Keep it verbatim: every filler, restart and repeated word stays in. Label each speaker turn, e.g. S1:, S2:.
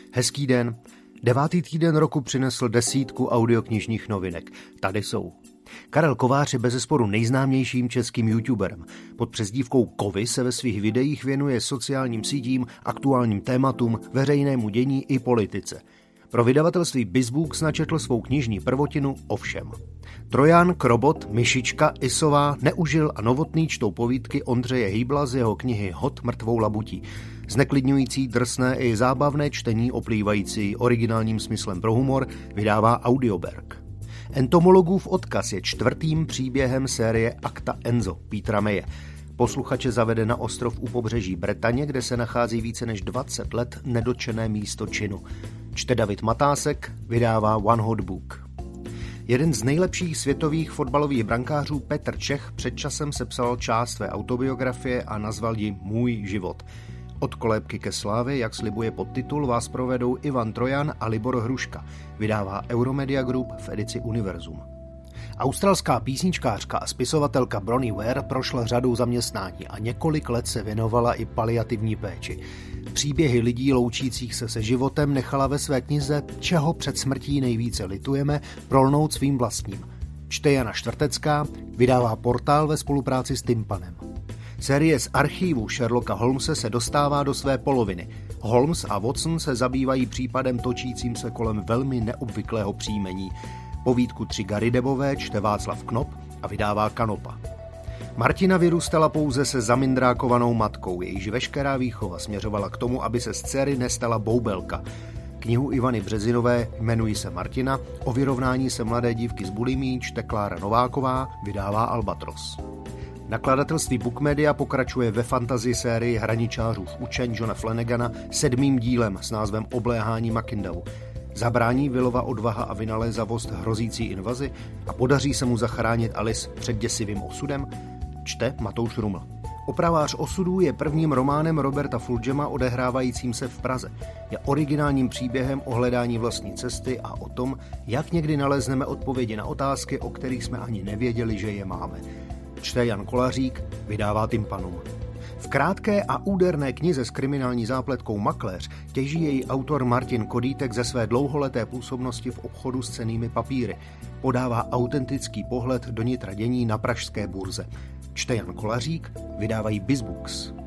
S1: Hezký den. Devátý týden roku přinesl desítku audioknižních novinek. Tady jsou. Karel Kovář je bezesporu nejznámějším českým youtuberem. Pod přezdívkou Kovy se ve svých videích věnuje sociálním sítím, aktuálním tématům, veřejnému dění i politice. Pro vydavatelství BizBooks načetl svou knižní prvotinu Ovšem. Trojan, Krobot, Myšička, Isová, Neužil a Novotný čtou povídky Ondřeje Hýbla z jeho knihy Hod mrtvou labutí. Zneklidňující, drsné i zábavné čtení oplývající originálním smyslem pro humor vydává Audioberg. Entomologův odkaz je čtvrtým příběhem série Akta Enzo Petra Maye. Posluchače zavede na ostrov u pobřeží Bretaně, kde se nachází více než dvacet let nedotčené místo činu. Čte David Matásek, vydává One Hot Book. Jeden z nejlepších světových fotbalových brankářů Petr Čech před časem sepsal část své autobiografie a nazval ji Můj život. Od kolébky ke slávě, jak slibuje podtitul, vás provedou Ivan Trojan a Libor Hruška. Vydává Euromedia Group v edici Univerzum. Australská písničkářka a spisovatelka Bronnie Ware prošla řadou zaměstnání a několik let se věnovala i paliativní péči. Příběhy lidí loučících se se životem nechala ve své knize Čeho před smrtí nejvíce litujeme prolnout svým vlastním. Čte Jana Štvrtecká, vydává Portál ve spolupráci s Tympanem. Série z archívu Sherlocka Holmese se dostává do své poloviny. Holmes a Watson se zabývají případem točícím se kolem velmi neobvyklého příjmení. Povídku Tři Garydebové čte Václav Knop a vydává Kanopa. Martina vyrůstala pouze se zamindrákovanou matkou, jejíž veškerá výchova směřovala k tomu, aby se z dcery nestala boubelka. Knihu Ivany Březinové Jmenuji se Martina, o vyrovnání se mladé dívky s bulimí čte Klára Nováková, vydává Albatros. Nakladatelství Bookmedia pokračuje ve fantasy sérii hraničářův učeň Johna Flanagana sedmým dílem s názvem Obléhání Macindavu. Zabrání Willova odvaha a vynalézavost hrozící invazi a podaří se mu zachránit Alice před děsivým osudem? Čte Matouš Ruml. Opravář osudů je prvním románem Roberta Fulgema odehrávajícím se v Praze. Je originálním příběhem o hledání vlastní cesty a o tom, jak někdy nalezneme odpovědi na otázky, o kterých jsme ani nevěděli, že je máme. Čte Jan Kolařík, vydává Tympanum. V krátké a úderné knize s kriminální zápletkou Makléř těží její autor Martin Kodítek ze své dlouholeté působnosti v obchodu s cennými papíry. Podává autentický pohled do nitra dění na pražské burze. Čte Jan Kolařík, vydávají BizBooks.